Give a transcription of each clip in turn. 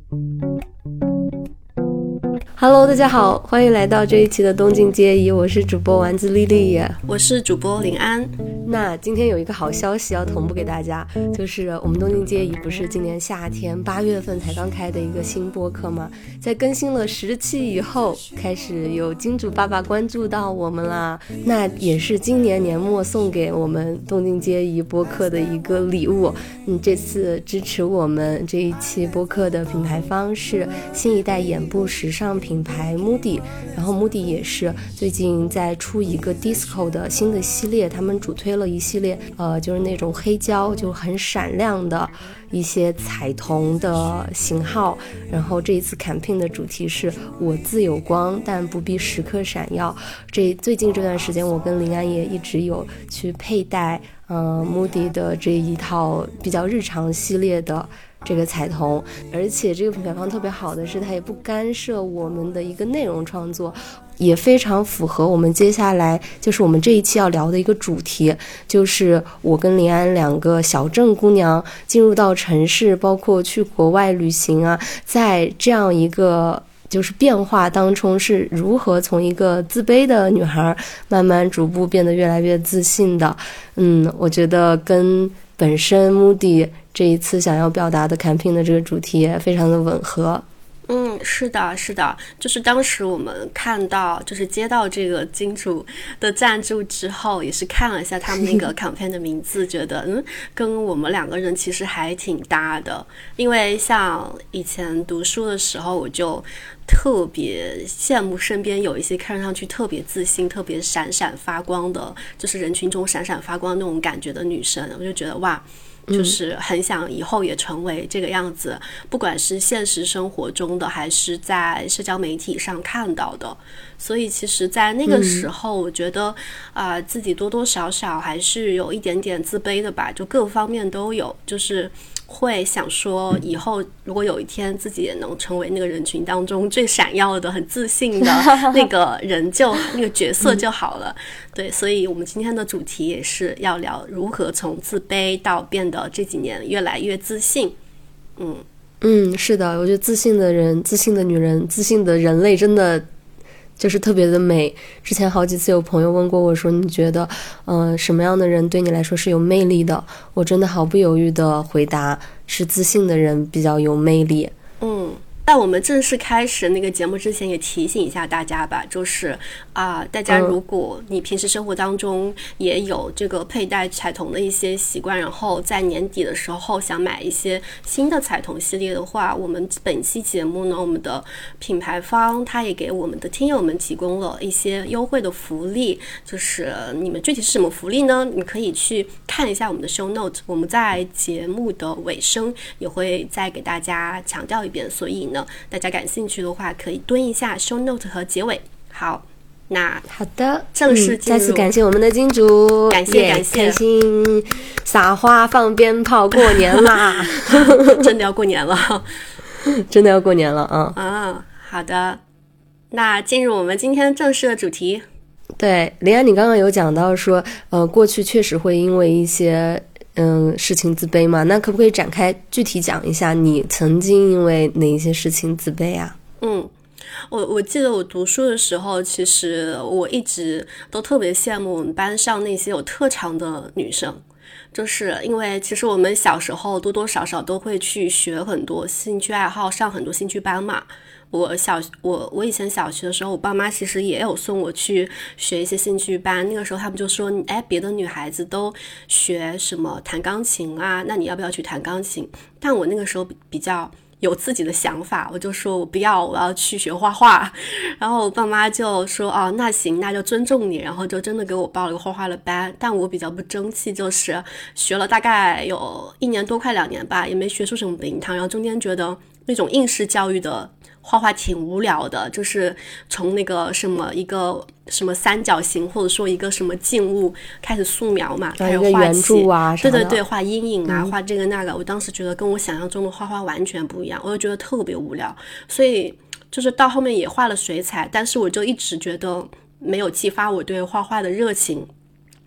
Hello， 大家好，欢迎来到这一期的东晋街宜，我是主播丸子丽丽， 我是主播林安。 那今天有一个好消息要同步给大家，就是我们东晋街宜不是今年夏天8月份才刚开的一个新播客吗？在更新了10期以后，开始有金主爸爸关注到我们啦。那也是今年年末送给我们东晋街宜播客的一个礼物。这次支持我们这一期播客的品牌方是新一代眼部时尚品牌 Moody， 然后 Moody 也是最近在出一个 Disco 的新的系列，他们主推了一系列就是那种黑胶就很闪亮的一些彩瞳的型号，然后这一次 campaign 的主题是我自有光但不必时刻闪耀。最近这段时间我跟林安也一直有去佩戴Moody 的这一套比较日常系列的这个彩瞳，而且这个品牌方特别好的是它也不干涉我们的一个内容创作，也非常符合我们接下来就是我们这一期要聊的一个主题，就是我跟林安两个小镇姑娘进入到城市，包括去国外旅行啊，在这样一个就是变化当中是如何从一个自卑的女孩慢慢逐步变得越来越自信的。我觉得跟本身Moody这一次想要表达的 campaign 的这个主题也非常的吻合。 是的，就是当时我们看到就是接到这个金主的赞助之后，也是看了一下他们那个 campaign 的名字觉得跟我们两个人其实还挺搭的。因为像以前读书的时候，我就特别羡慕身边有一些看上去特别自信特别闪闪发光的，就是人群中闪闪发光那种感觉的女生，我就觉得哇，就是很想以后也成为这个样子，不管是现实生活中的还是在社交媒体上看到的。所以其实在那个时候我觉得自己多多少少还是有一点点自卑的吧，就各方面都有，就是会想说以后如果有一天自己也能成为那个人群当中最闪耀的很自信的那个人那个角色就好了。对，所以我们今天的主题也是要聊如何从自卑到变得这几年越来越自信。 是的，我觉得自信的人、自信的女人、自信的人类真的就是特别的美。之前好几次有朋友问过我说你觉得什么样的人对你来说是有魅力的，我真的毫不犹豫的回答是自信的人比较有魅力。 在我们正式开始那个节目之前也提醒一下大家吧，就是大家如果你平时生活当中也有这个佩戴彩瞳的一些习惯，然后在年底的时候想买一些新的彩瞳系列的话，我们本期节目呢，我们的品牌方他也给我们的听友们提供了一些优惠的福利。就是你们具体是什么福利呢？你可以去看一下我们的 show note， 我们在节目的尾声也会再给大家强调一遍，所以呢大家感兴趣的话可以蹲一下 show note 和结尾。好的， 正式进入。 再次感谢我们的金主， 感谢开心撒花放鞭炮过年啦真的要过年了真的要过年了啊！ 好的，那进入我们今天正式的主题。 对，林安，你刚刚有讲到说过去确实会因为一些事情自卑嘛，那可不可以展开具体讲一下你曾经因为哪一些事情自卑啊？ 我记得我读书的时候，其实我一直都特别羡慕我们班上那些有特长的女生，就是因为其实我们小时候多多少少都会去学很多兴趣爱好，上很多兴趣班嘛。我以前小学的时候，我爸妈其实也有送我去学一些兴趣班，那个时候他们就说别的女孩子都学什么弹钢琴啊，那你要不要去弹钢琴？但我那个时候比较有自己的想法，我就说我不要，我要去学画画。然后我爸妈就说那行，那就尊重你，然后就真的给我报了个画画的班。但我比较不争气，就是学了大概有1年多快2年吧，也没学出什么名堂，然后中间觉得那种应试教育的画画挺无聊的，就是从那个一个什么三角形或者说一个什么静物开始素描嘛，开始画圆柱啊啥的， 对，画阴影啊，画这个那个。我当时觉得跟我想象中的画画完全不一样，我就觉得特别无聊，所以就是到后面也画了水彩，但是我就一直觉得没有激发我对画画的热情。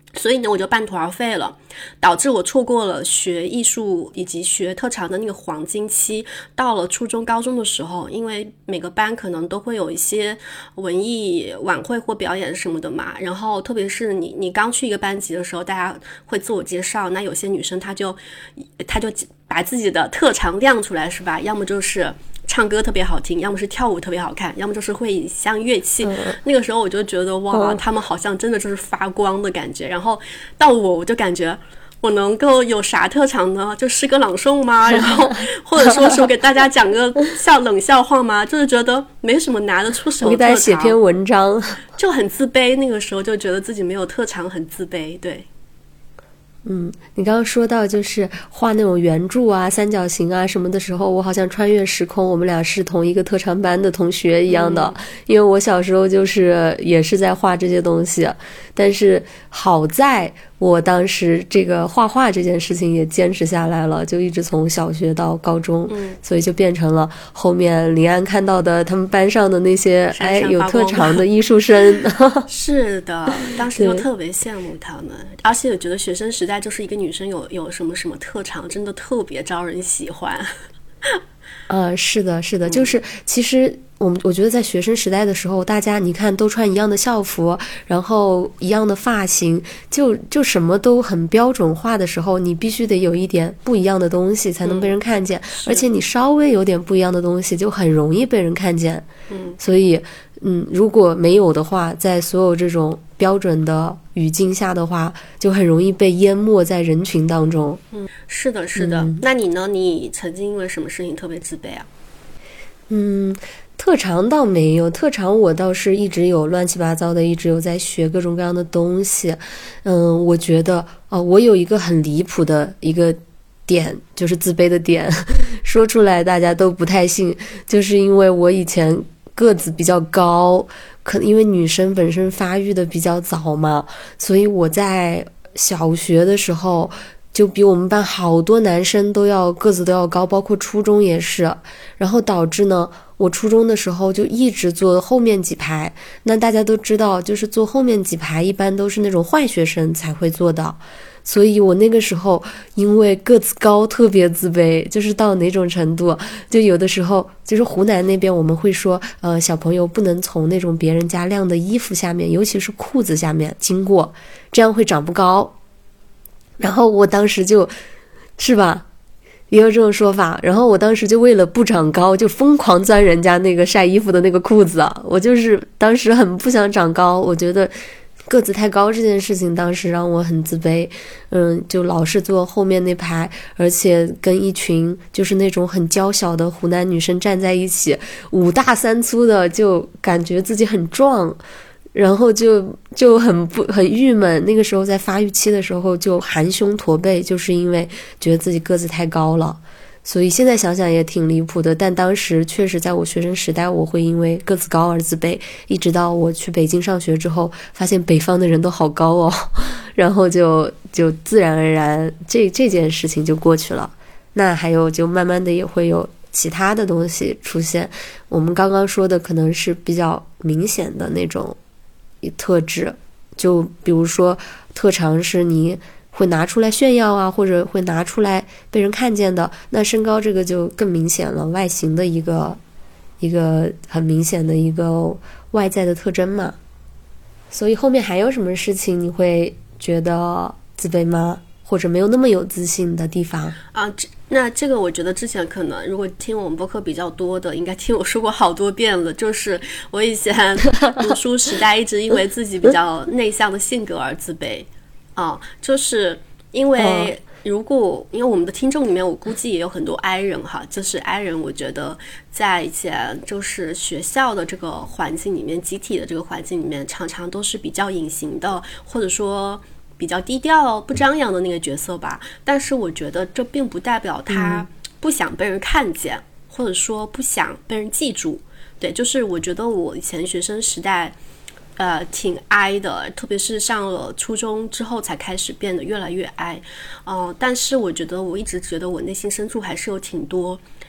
所以呢我就半途而废了，导致我错过了学艺术以及学特长的那个黄金期。到了初中高中的时候，因为每个班可能都会有一些文艺晚会或表演什么的嘛，然后特别是你刚去一个班级的时候，大家会自我介绍，那有些女生她就把自己的特长亮出来，是吧？要么就是唱歌特别好听，要么是跳舞特别好看，要么就是会一项乐器。那个时候我就觉得哇，他们好像真的就是发光的感觉。然后到我就感觉我能够有啥特长呢？就诗歌朗诵吗？然后或者说是我给大家讲个冷笑话吗？就是觉得没什么拿得出手的特长， 我给大家写篇文章， 就很自卑。那个时候就觉得自己没有特长，很自卑。对。 你刚刚说到就是画那种圆柱啊、三角形啊什么的时候，我好像穿越时空，我们俩是同一个特长班的同学一样的。因为我小时候就是也是在画这些东西，但是好在我当时这个画画这件事情也坚持下来了，就一直从小学到高中，所以就变成了后面临安看到的他们班上的那些有特长的艺术生。 是的，当时就特别羡慕他们，而且我觉得学生时代就是一个女生有什么什么特长，真的特别招人喜欢。 是的，是的，就是其实我觉得在学生时代的时候，大家你看都穿一样的校服，然后一样的发型，就什么都很标准化的时候，你必须得有一点不一样的东西才能被人看见，而且你稍微有点不一样的东西就很容易被人看见。所以如果没有的话，在所有这种标准的语境下的话，就很容易被淹没在人群当中。 是的，是的。那你呢？你曾经因为什么事情特别自卑啊？ 特长倒没有，特长我倒是一直有乱七八糟的，一直有在学各种各样的东西。我觉得我有一个很离谱的一个点，就是自卑的点，说出来大家都不太信，就是因为我以前个子比较高，可能因为女生本身发育的比较早嘛，所以我在小学的时候就比我们班好多男生个子都要高，包括初中也是，然后导致呢我初中的时候就一直坐后面几排。那大家都知道，就是坐后面几排一般都是那种坏学生才会坐的，所以我那个时候因为个子高特别自卑，就是到哪种程度，就有的时候就是湖南那边我们会说小朋友不能从那种别人家晾的衣服下面，尤其是裤子下面经过，这样会长不高。然后我当时就是吧，也有这种说法，然后我当时就为了不长高就疯狂钻人家那个晒衣服的那个裤子我就是当时很不想长高，我觉得个子太高这件事情当时让我很自卑。就老是坐后面那排，而且跟一群就是那种很娇小的湖南女生站在一起，5大3粗的，就感觉自己很壮，然后就很郁闷。那个时候在发育期的时候就含胸驼背，就是因为觉得自己个子太高了。所以现在想想也挺离谱的，但当时确实在我学生时代，我会因为个子高而自卑，一直到我去北京上学之后，发现北方的人都好高哦，然后就自然而然这件事情就过去了。那还有就慢慢的也会有其他的东西出现，我们刚刚说的可能是比较明显的那种特质，就比如说特长是你会拿出来炫耀啊，或者会拿出来被人看见的。那身高这个就更明显了，外形的一个很明显的一个外在的特征嘛。所以后面还有什么事情你会觉得自卑吗？或者没有那么有自信的地方啊？那这个我觉得之前可能如果听我们播客比较多的，应该听我说过好多遍了，就是我以前读书时代一直因为自己比较内向的性格而自卑就是因为因为我们的听众里面我估计也有很多 I 人哈，就是 I 人我觉得在以前就是学校的这个环境里面，集体的这个环境里面常常都是比较隐形的，或者说比较低调不张扬的那个角色吧。但是我觉得这并不代表他不想被人看见，或者说不想被人记住。对，就是我觉得我以前学生时代挺 I 的，特别是上了初中之后才开始变得越来越 I。但是我觉得我一直觉得我内心深处还是有挺多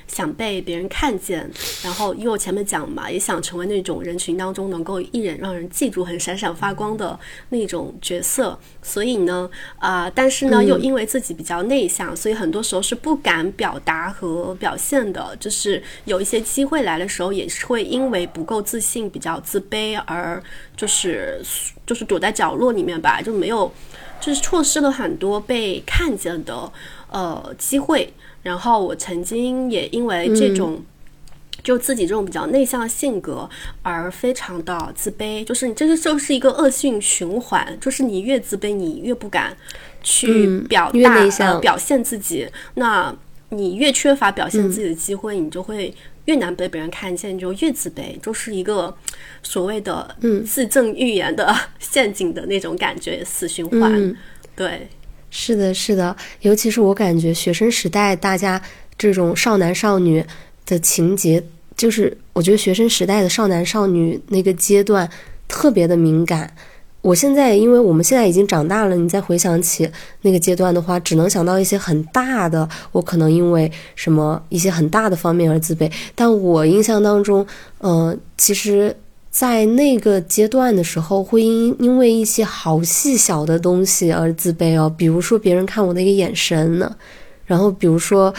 想被别人看见，然后因为我前面讲嘛，也想成为那种人群当中能够一眼让人记住、很闪闪发光的那种角色。所以呢，但是呢，又因为自己比较内向，所以很多时候是不敢表达和表现的。就是有一些机会来的时候，也是会因为不够自信、比较自卑而就是躲在角落里面吧，就没有，就是错失了很多被看见的机会。然后我曾经也因为这种就自己这种比较内向的性格而非常的自卑，就是你就是一个恶性循环，就是你越自卑你越不敢去表达、表现自己，那你越缺乏表现自己的机会，你就会越难被别人看见，你就越自卑，就是一个所谓的自证预言的陷阱的那种感觉，死循环。对， 是的，是的，尤其是我感觉学生时代大家这种少男少女的情节，就是我觉得学生时代的少男少女那个阶段特别的敏感。我现在因为我们现在已经长大了，你再回想起那个阶段的话，只能想到一些很大的，我可能因为什么一些很大的方面而自卑。但我印象当中其实在那个阶段的时候会因为一些好细小的东西而自卑哦，比如说别人看我的一个眼神呢，然后比如说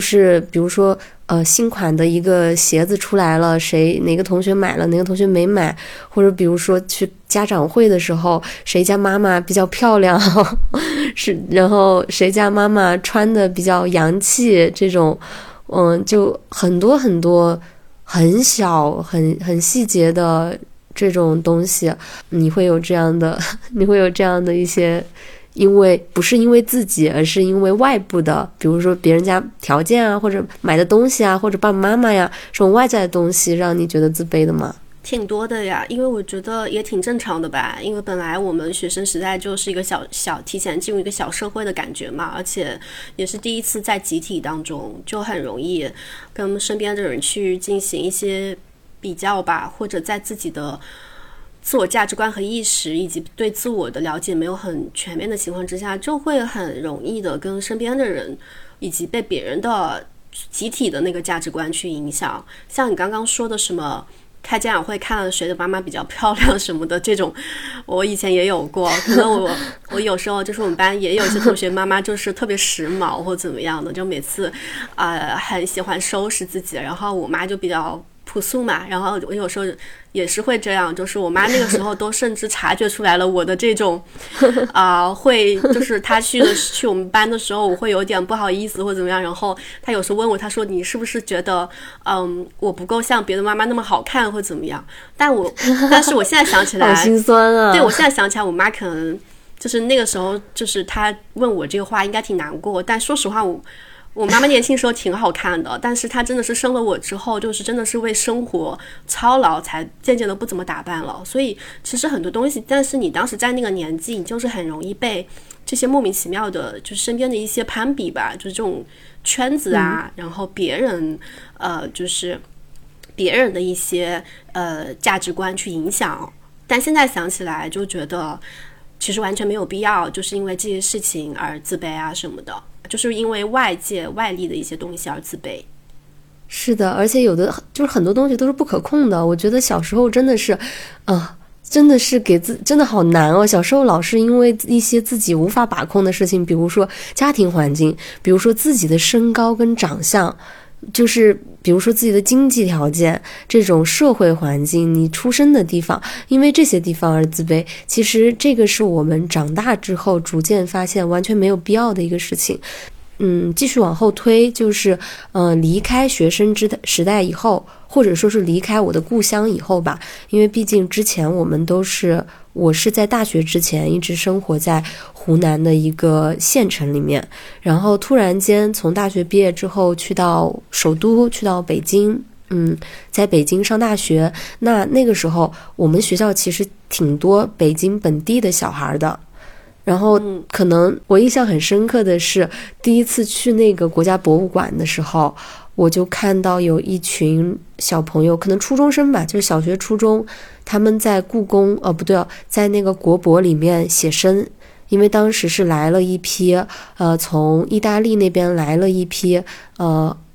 新款的一个鞋子出来了，哪个同学买了哪个同学没买，或者比如说去家长会的时候谁家妈妈比较漂亮然后谁家妈妈穿的比较洋气，这种就很多很多很小很细节的这种东西，你会有这样的一些，不是因为自己，而是因为外部的，比如说别人家条件啊，或者买的东西啊，或者爸爸妈妈呀，这种外在的东西让你觉得自卑的吗？ 挺多的呀，因为我觉得也挺正常的吧，因为本来我们学生时代就是一个小提前进入一个小社会的感觉嘛，而且也是第一次在集体当中，就很容易跟身边的人去进行一些比较吧，或者在自己的自我价值观和意识以及对自我的了解没有很全面的情况之下，就会很容易的跟身边的人以及被别人的集体的那个价值观去影响。像你刚刚说的什么开家长会看了谁的妈妈比较漂亮什么的，这种我以前也有过，可能我有时候就是我们班也有一些同学妈妈就是特别时髦或怎么样的，就每次很喜欢收拾自己，然后我妈就比较朴素嘛，然后我有时候也是会这样，就是我妈那个时候都甚至察觉出来了我的这种会就是她去我们班的时候，我会有点不好意思或怎么样，然后她有时候问我，她说你是不是觉得我不够像别的妈妈那么好看或怎么样，但是我现在想起来好心酸啊。 对，我现在想起来我妈可能就是那个时候就是她问我这个话应该挺难过，但说实话我妈妈年轻时候挺好看的，但是她真的是生了我之后，就是真的是为生活操劳，才渐渐的不怎么打扮了。所以其实很多东西，但是你当时在那个年纪，你就是很容易被这些莫名其妙的，就是身边的一些攀比吧，就是这种圈子啊，然后别人就是别人的一些价值观去影响。但现在想起来就觉得其实完全没有必要，就是因为这些事情而自卑啊什么的，就是因为外界外力的一些东西而自卑。 是的，而且有的就是很多东西都是不可控的。我觉得小时候真的是真的是真的好难哦。小时候老是因为一些自己无法把控的事情，比如说家庭环境，比如说自己的身高跟长相，就是比如说自己的经济条件，这种社会环境，你出生的地方，因为这些地方而自卑，其实这个是我们长大之后逐渐发现完全没有必要的一个事情。继续往后推，就是离开学生时代以后，或者说是离开我的故乡以后吧，因为毕竟之前我是在大学之前一直生活在湖南的一个县城里面，然后突然间从大学毕业之后去到首都，去到北京，在北京上大学。那个时候我们学校其实挺多北京本地的小孩的。然后可能我印象很深刻的是，第一次去那个国家博物馆的时候，我就看到有一群小朋友，可能初中生吧，就是小学初中，他们在故宫在那个国博里面写生。因为当时是来了一批从意大利那边来了一批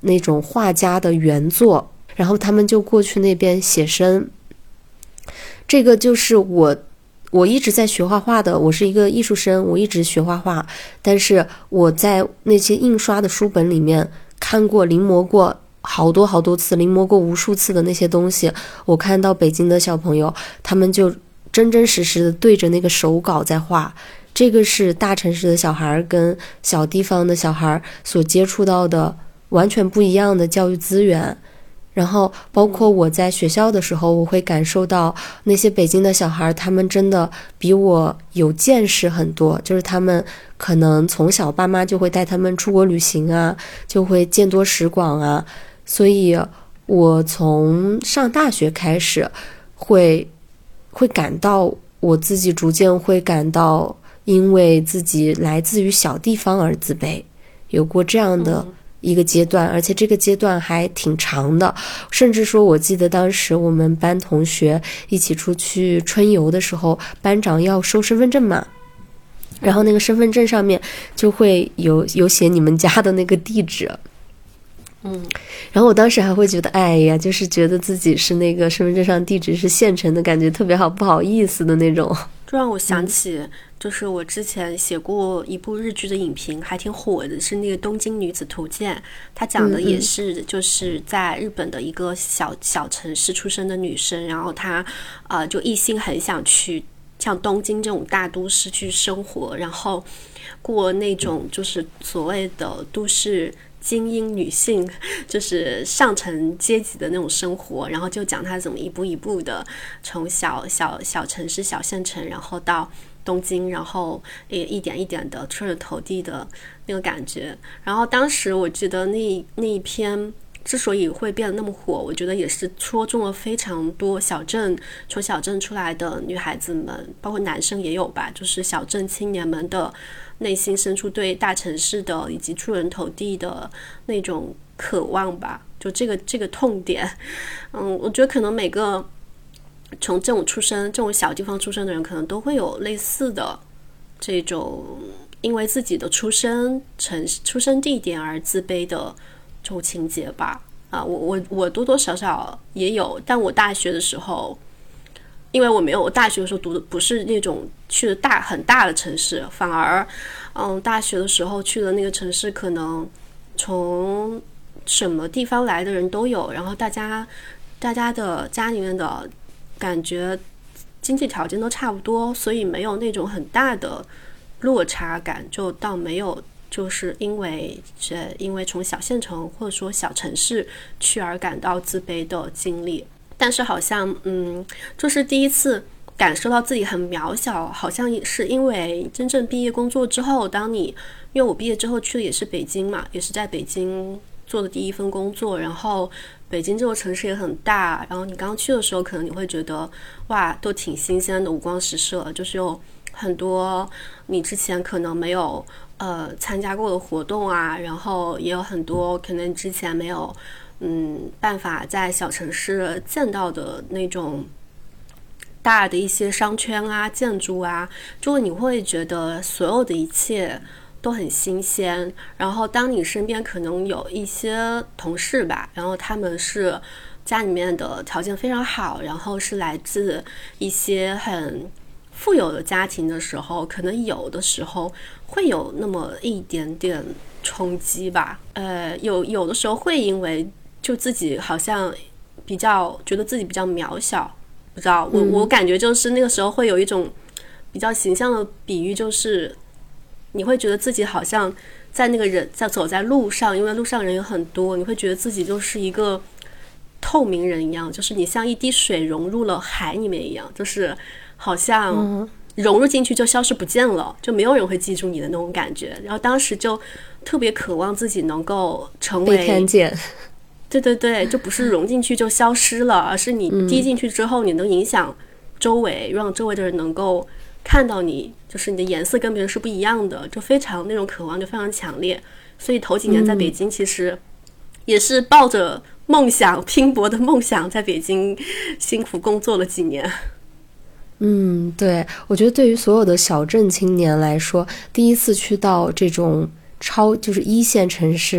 那种画家的原作，然后他们就过去那边写生。这个就是我一直在学画画的，我是一个艺术生，我一直学画画，但是我在那些印刷的书本里面看过、临摹过好多好多次，临摹过无数次的那些东西。我看到北京的小朋友，他们就真真实实的对着那个手稿在画。这个是大城市的小孩跟小地方的小孩所接触到的完全不一样的教育资源。然后包括我在学校的时候，我会感受到那些北京的小孩，他们真的比我有见识很多，就是他们可能从小爸妈就会带他们出国旅行啊，就会见多识广啊。所以我从上大学开始会感到我自己逐渐会感到因为自己来自于小地方而自卑，有过这样的一个阶段，而且这个阶段还挺长的。甚至说我记得当时我们班同学一起出去春游的时候，班长要收身份证嘛，然后那个身份证上面就会有写你们家的那个地址。然后我当时还会觉得，哎呀，就是觉得自己是那个身份证上地址是县城的，感觉特别不好意思的那种。 这让我想起，就是我之前写过一部日剧的影评，还挺火的，是那个《东京女子图鉴》，它讲的也是就是在日本的一个小城市出生的女生，然后她就一心很想去像东京这种大都市去生活，然后过那种就是所谓的都市精英女性，就是上层阶级的那种生活，然后就讲她怎么一步一步的从小城市小县城，然后到东京，然后也一点一点的出人头地的那个感觉。然后当时我记得那一篇之所以会变得那么火，我觉得也是戳中了非常多从小镇出来的女孩子们，包括男生也有吧，就是小镇青年们的内心深处对大城市的以及出人头地的那种渴望吧，就这个痛点。我觉得可能每个从这种小地方出生的人，可能都会有类似的这种因为自己的出生地点而自卑的这种情节吧。我多多少少也有，但我大学的时候，因为我大学的时候读的不是那种去的很大的城市，反而大学的时候去的那个城市可能从什么地方来的人都有，然后大家的家里面的感觉经济条件都差不多，所以没有那种很大的落差感，就倒没有就是因为从小县城或者说小城市去而感到自卑的经历。但是好像就是第一次感受到自己很渺小，好像也是因为真正毕业工作之后，因为我毕业之后去的也是北京嘛，也是在北京做的第一份工作，然后北京这座城市也很大，然后你刚去的时候可能你会觉得哇都挺新鲜的，五光十色，就是有很多你之前可能没有参加过的活动啊，然后也有很多可能之前没有办法在小城市见到的那种大的一些商圈啊建筑啊，就你会觉得所有的一切都很新鲜。然后当你身边可能有一些同事吧，然后他们是家里面的条件非常好，然后是来自一些很富有的家庭的时候，可能有的时候会有那么一点点冲击吧。有的时候会因为就自己好像觉得自己比较渺小，不知道我感觉就是那个时候会有一种比较形象的比喻，就是你会觉得自己好像在走在路上，因为路上人有很多，你会觉得自己就是一个透明人一样，就是你像一滴水融入了海里面一样，就是好像融入进去就消失不见了，就没有人会记住你的那种感觉。然后当时就特别渴望自己能够成为被看见。 对对对，就不是融进去就消失了，而是你滴进去之后，你能影响周围，让周围的人能够看到你，就是你的颜色跟别人是不一样的，就非常那种渴望就非常强烈。所以头几年在北京其实也是抱着梦想拼搏的梦想在北京辛苦工作了几年。 对，我觉得对于所有的小镇青年来说，第一次去到这种就是一线城市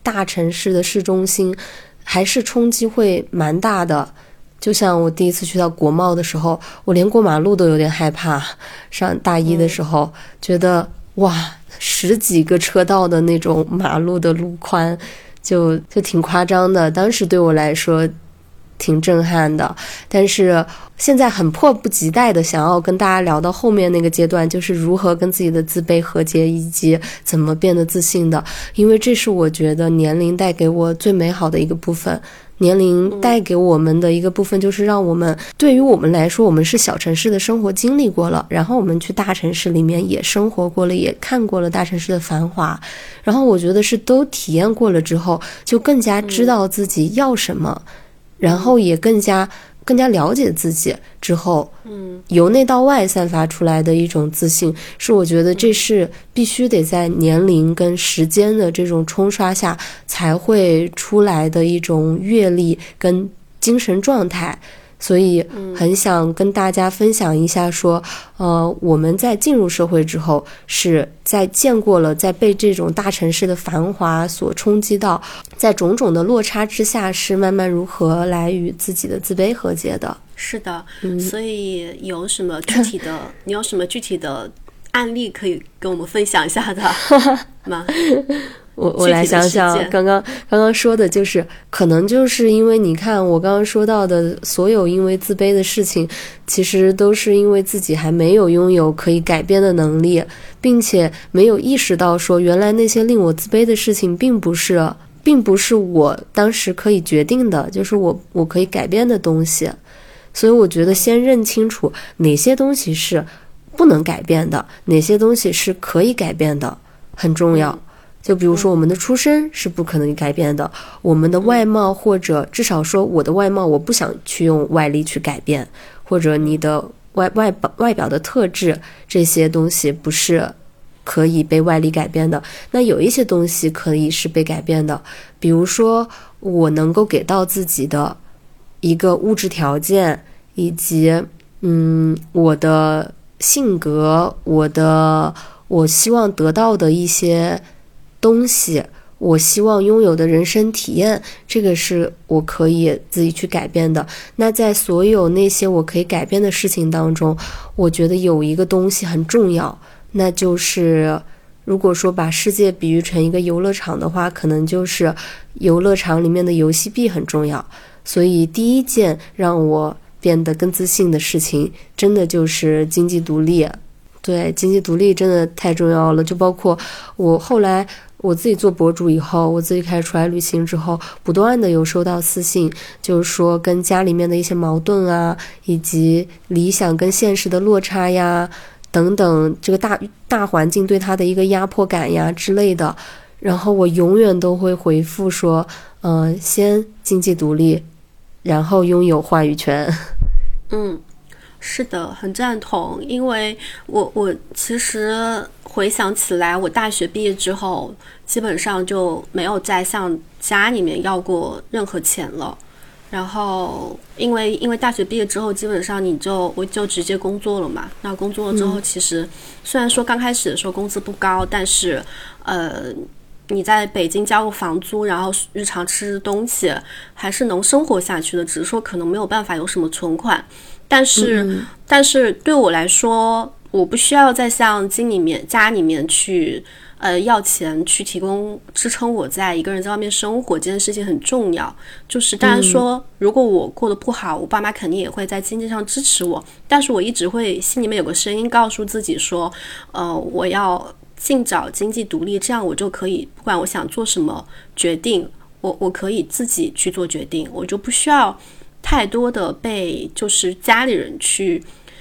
大城市的市中心，还是冲击会蛮大的。就像我第一次去到国贸的时候，我连过马路都有点害怕。上大一的时候，觉得哇，10几个车道的那种马路的路宽，就挺夸张的。当时对我来说挺震撼的，但是现在很迫不及待的想要跟大家聊到后面那个阶段，就是如何跟自己的自卑和解，以及怎么变得自信的。因为这是我觉得年龄带给我最美好的一个部分。年龄带给我们的一个部分，就是让我们，对于我们来说，我们是小城市的生活经历过了，然后我们去大城市里面也生活过了，也看过了大城市的繁华，然后我觉得是都体验过了之后，就更加知道自己要什么，然后也更加了解自己之后，由内到外散发出来的一种自信，是我觉得这是必须得在年龄跟时间的这种冲刷下才会出来的一种阅历跟精神状态。所以很想跟大家分享一下说，我们在进入社会之后，是在见过了，在被这种大城市的繁华所冲击到，在种种的落差之下，是慢慢如何来与自己的自卑和解的。 是的，所以有什么具体的你有什么具体的案例可以跟我们分享一下的吗？ 我来想想，刚刚说的就是，可能就是因为你看我刚刚说到的所有因为自卑的事情，其实都是因为自己还没有拥有可以改变的能力，并且没有意识到说原来那些令我自卑的事情并不是我当时可以决定的，就是我可以改变的东西。所以我觉得先认清楚哪些东西是不能改变的，哪些东西是可以改变的，很重要。就比如说我们的出身是不可能改变的，我们的外貌，或者至少说我的外貌我不想去用外力去改变，或者你的外表的特质，这些东西不是可以被外力改变的。那有一些东西可以是被改变的，比如说我能够给到自己的一个物质条件，以及我的性格，我希望得到的一些东西，我希望拥有的人生体验，这个是我可以自己去改变的。那在所有那些我可以改变的事情当中，我觉得有一个东西很重要，那就是如果说把世界比喻成一个游乐场的话，可能就是游乐场里面的游戏币很重要。所以第一件让我变得更自信的事情，真的就是经济独立。对，经济独立真的太重要了。就包括我后来我自己做博主以后，我自己开始出来旅行之后，不断的有收到私信，就是说跟家里面的一些矛盾啊，以及理想跟现实的落差呀等等，这个大环境对他的一个压迫感呀之类的，然后我永远都会回复说先经济独立，然后拥有话语权。 是的，很赞同。因为我其实回想起来，我大学毕业之后基本上就没有再向家里面要过任何钱了。然后因为大学毕业之后，基本上我就直接工作了嘛。那工作了之后，其实虽然说刚开始的时候工资不高，但是你在北京交个房租，然后日常吃东西还是能生活下去的，只是说可能没有办法有什么存款。但是对我来说，我不需要再向家里面去要钱去提供支撑我在一个人在外面生活，这件事情很重要。就是当然说如果我过得不好，我爸妈肯定也会在经济上支持我，但是我一直会心里面有个声音告诉自己说我要尽早经济独立，这样我就可以不管我想做什么决定，我可以自己去做决定，我就不需要太多的被就是家里人去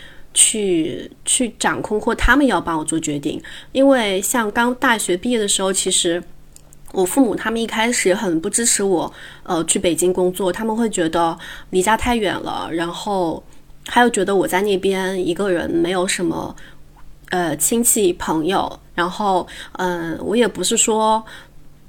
掌控，或他们要帮我做决定。因为像刚大学毕业的时候，其实我父母他们一开始也很不支持我去北京工作，他们会觉得离家太远了，然后还有觉得我在那边一个人没有什么亲戚朋友，然后我也不是说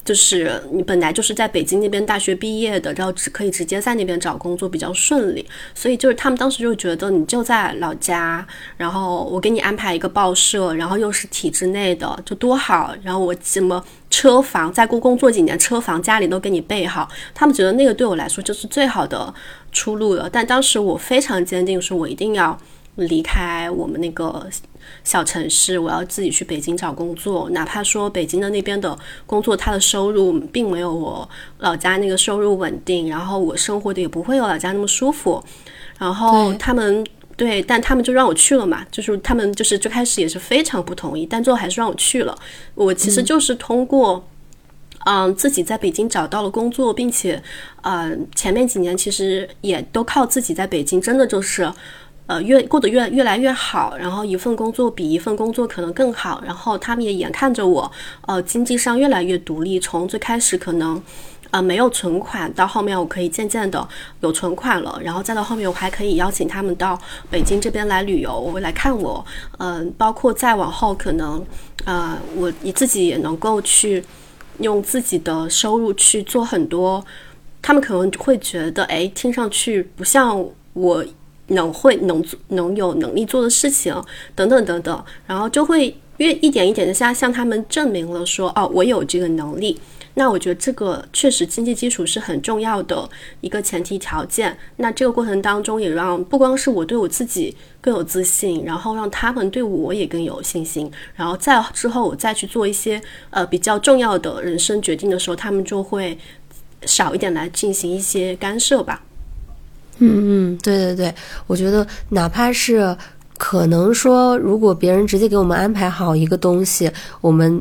就是你本来就是在北京那边大学毕业的，然后可以直接在那边找工作比较顺利，所以就是他们当时就觉得你就在老家，然后我给你安排一个报社，然后又是体制内的，就多好，然后我什么车房，再工作几年车房家里都给你备好，他们觉得那个对我来说就是最好的出路了。但当时我非常坚定说我一定要离开我们那个小城市，我要自己去北京找工作，哪怕说北京的那边的工作他的收入并没有我老家那个收入稳定，然后我生活的也不会有老家那么舒服，然后他们对，但他们就让我去了嘛，就是他们就是最开始也是非常不同意，但最后还是让我去了。我其实就是通过自己在北京找到了工作，并且前面几年其实也都靠自己在北京，真的就是过得越来越好，然后一份工作比一份工作可能更好，然后他们也眼看着我经济上越来越独立，从最开始可能没有存款，到后面我可以渐渐的有存款了，然后再到后面我还可以邀请他们到北京这边来旅游，来看我，包括再往后可能我自己也能够去用自己的收入去做很多他们可能会觉得听上去不像我能有能力做的事情等等等等，然后就会一点一点的向他们证明了说我有这个能力。那我觉得这个确实经济基础是很重要的一个前提条件，那这个过程当中也让不光是我对我自己更有自信，然后让他们对我也更有信心，然后再之后我再去做一些比较重要的人生决定的时候，他们就会少一点来进行一些干涉吧。 对对对，我觉得哪怕是可能说如果别人直接给我们安排好一个东西，我们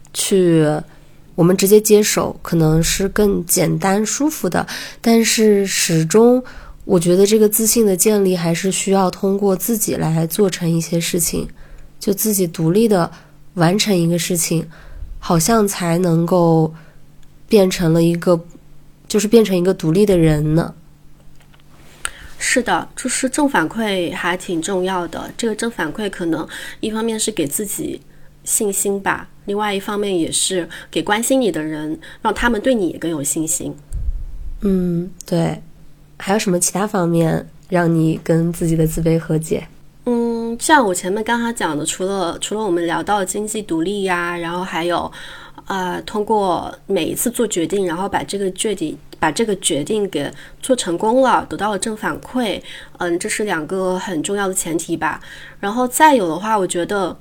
直接接手可能是更简单舒服的，但是始终我觉得这个自信的建立还是需要通过自己来做成一些事情，就自己独立的完成一个事情，好像才能够变成一个独立的人呢。 是的，就是正反馈还挺重要的，这个正反馈可能一方面是给自己信心吧，另外一方面也是给关心你的人，让他们对你也更有信心。 对。还有什么其他方面让你跟自己的自卑和解？ 像我前面刚才讲的，除了我们聊到经济独立呀，然后还有通过每一次做决定，然后把这个决定给做成功了，得到了正反馈，这是两个很重要的前提吧。然后再有的话，我觉得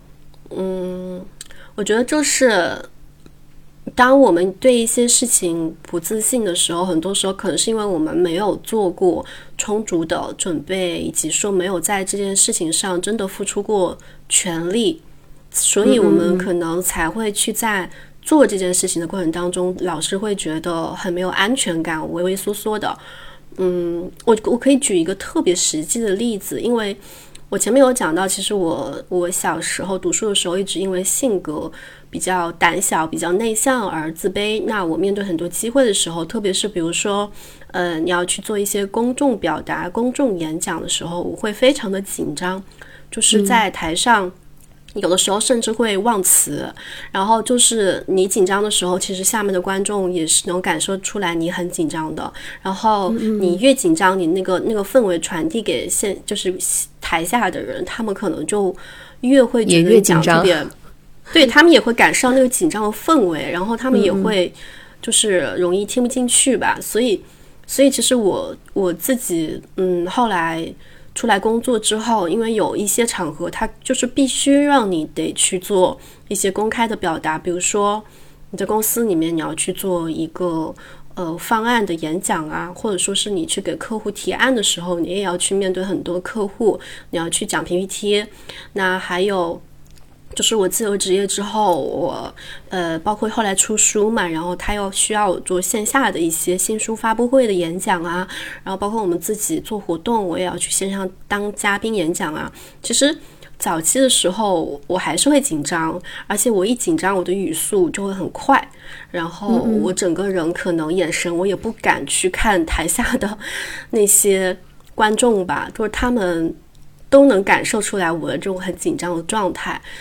就是当我们对一些事情不自信的时候，很多时候可能是因为我们没有做过充足的准备，以及说没有在这件事情上真的付出过全力，所以我们可能才会去在做这件事情的过程当中，老是会觉得很没有安全感，畏畏缩缩的。我可以举一个特别实际的例子，因为我前面有讲到，其实我小时候读书的时候，一直因为性格比较胆小、比较内向而自卑。那我面对很多机会的时候，特别是比如说，你要去做一些公众表达、公众演讲的时候，我会非常的紧张，就是在台上。有的时候甚至会忘词，然后就是你紧张的时候，其实下面的观众也是能感受出来你很紧张的。然后你越紧张，你那个氛围传递给就是台下的人，他们可能就越会觉得你讲特别，对，他们也会感受到那个紧张的氛围，然后他们也会就是容易听不进去吧。所以其实我自己后来出来工作之后，因为有一些场合它就是必须让你得去做一些公开的表达，比如说你在公司里面你要去做一个方案的演讲啊，或者说是你去给客户提案的时候，你也要去面对很多客户，你要去讲 PPT。 那还有就是我自由职业之后，我包括后来出书嘛，然后他又需要我做线下的一些新书发布会的演讲啊，然后包括我们自己做活动，我也要去线上当嘉宾演讲啊。其实早期的时候我还是会紧张，而且我一紧张我的语速就会很快，然后我整个人可能眼神我也不敢去看台下的那些观众吧，就是他们都能感受出来我的这种很紧张的状态。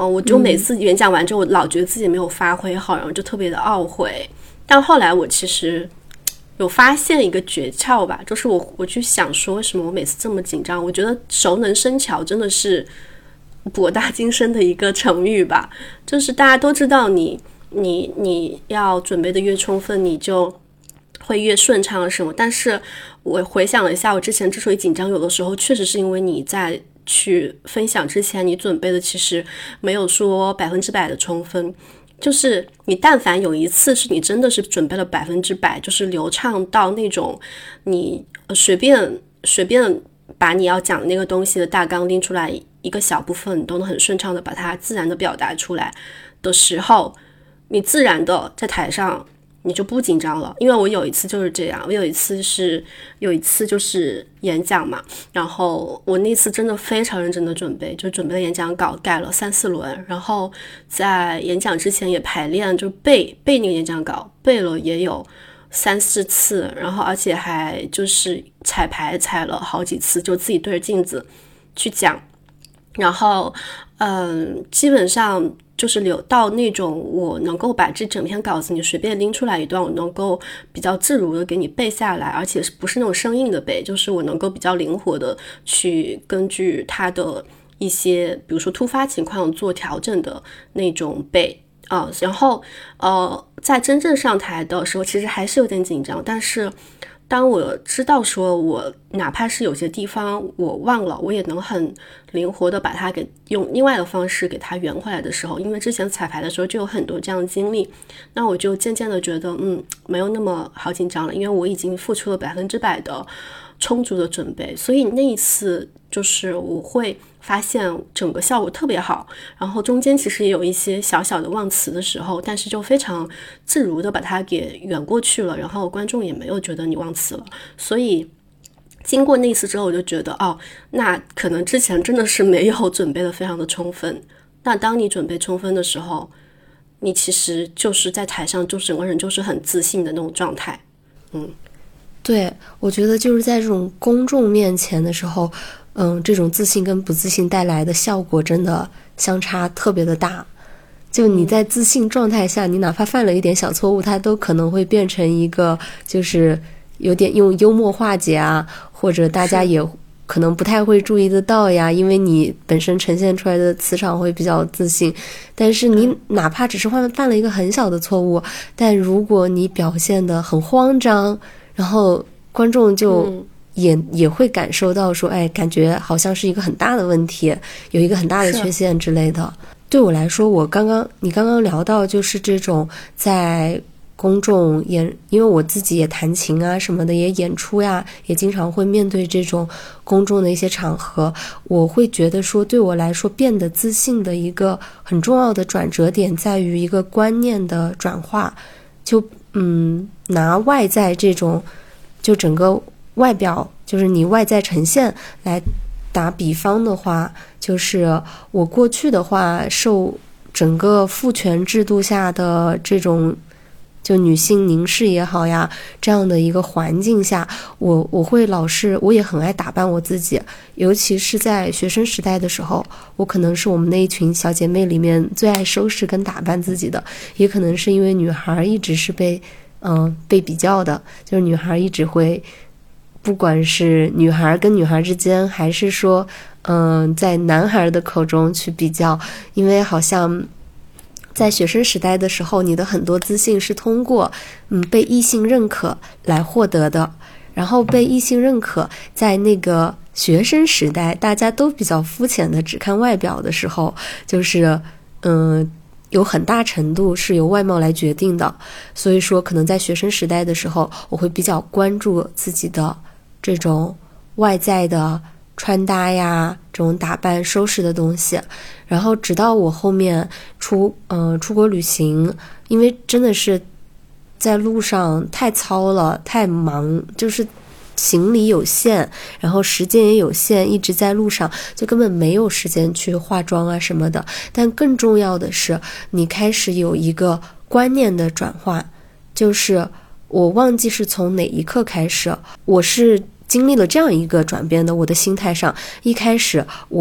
我就每次演讲完之后，我老觉得自己没有发挥好，然后就特别的懊悔。但后来我其实有发现一个诀窍吧，就是我去想说，为什么我每次这么紧张？我觉得熟能生巧真的是博大精深的一个成语吧。就是大家都知道你要准备的越充分，你就会越顺畅什么。但是我回想了一下，我之前之所以紧张，有的时候确实是因为你在去分享之前，你准备的其实没有说100%的充分。就是你但凡有一次是你真的是准备了100%，就是流畅到那种你随便把你要讲的那个东西的大纲拎出来一个小部分，你都能很顺畅的把它自然的表达出来的时候，你自然的在台上你就不紧张了。因为我有一次就是这样，我有一次就是演讲嘛，然后我那次真的非常认真的准备，就准备了演讲稿，改了3-4轮，然后在演讲之前也排练，就背那个演讲稿，背了也有3-4次，然后而且还就是彩排踩了好几次，就自己对着镜子去讲。然后基本上就是留到那种我能够把这整篇稿子你随便拎出来一段，我能够比较自如的给你背下来，而且不是那种生硬的背，就是我能够比较灵活的去根据它的一些比如说突发情况做调整的那种背然后在真正上台的时候其实还是有点紧张，但是当我知道说我哪怕是有些地方我忘了，我也能很灵活的把它给用另外的方式给它圆回来的时候，因为之前彩排的时候就有很多这样的经历，那我就渐渐的觉得没有那么好紧张了，因为我已经付出了100%的充足的准备。所以那一次就是我会发现整个效果特别好，然后中间其实也有一些小小的忘词的时候，但是就非常自如的把它给圆过去了，然后观众也没有觉得你忘词了。所以经过那一次之后，我就觉得那可能之前真的是没有准备的非常的充分。那当你准备充分的时候，你其实就是在台上就整个人就是很自信的那种状态。 对，我觉得就是在这种公众面前的时候，这种自信跟不自信带来的效果真的相差特别的大。就你在自信状态下，你哪怕犯了一点小错误，它都可能会变成一个就是有点用幽默化解啊，或者大家也可能不太会注意得到呀，因为你本身呈现出来的磁场会比较自信。但是你哪怕只是犯了一个很小的错误，但如果你表现得很慌张，然后观众就也会感受到说，感觉好像是一个很大的问题，有一个很大的缺陷之类的。对我来说，你刚刚聊到就是这种在公众演，因为我自己也弹琴啊什么的，也演出呀，也经常会面对这种公众的一些场合，我会觉得说对我来说变得自信的一个很重要的转折点在于一个观念的转化。就拿外在这种就整个外表就是你外在呈现来打比方的话，就是我过去的话受整个父权制度下的这种就女性凝视也好呀，这样的一个环境下，我会我也很爱打扮我自己，尤其是在学生时代的时候，我可能是我们那一群小姐妹里面最爱收拾跟打扮自己的，也可能是因为女孩一直是被比较的，就是女孩一直会，不管是女孩跟女孩之间，还是说在男孩的口中去比较，因为好像在学生时代的时候，你的很多自信是通过被异性认可来获得的，然后被异性认可，在那个学生时代大家都比较肤浅的只看外表的时候，就是有很大程度是由外貌来决定的。所以说可能在学生时代的时候，我会比较关注自己的这种外在的穿搭呀，这种打扮收拾的东西。然后直到我后面出国旅行，因为真的是在路上太糙了，太忙，就是行李有限，然后时间也有限，一直在路上，就根本没有时间去化妆啊什么的。但更重要的是，你开始有一个观念的转换，就是我忘记是从哪一刻开始，我是经历了这样一个转变的。我的心态上，一开始我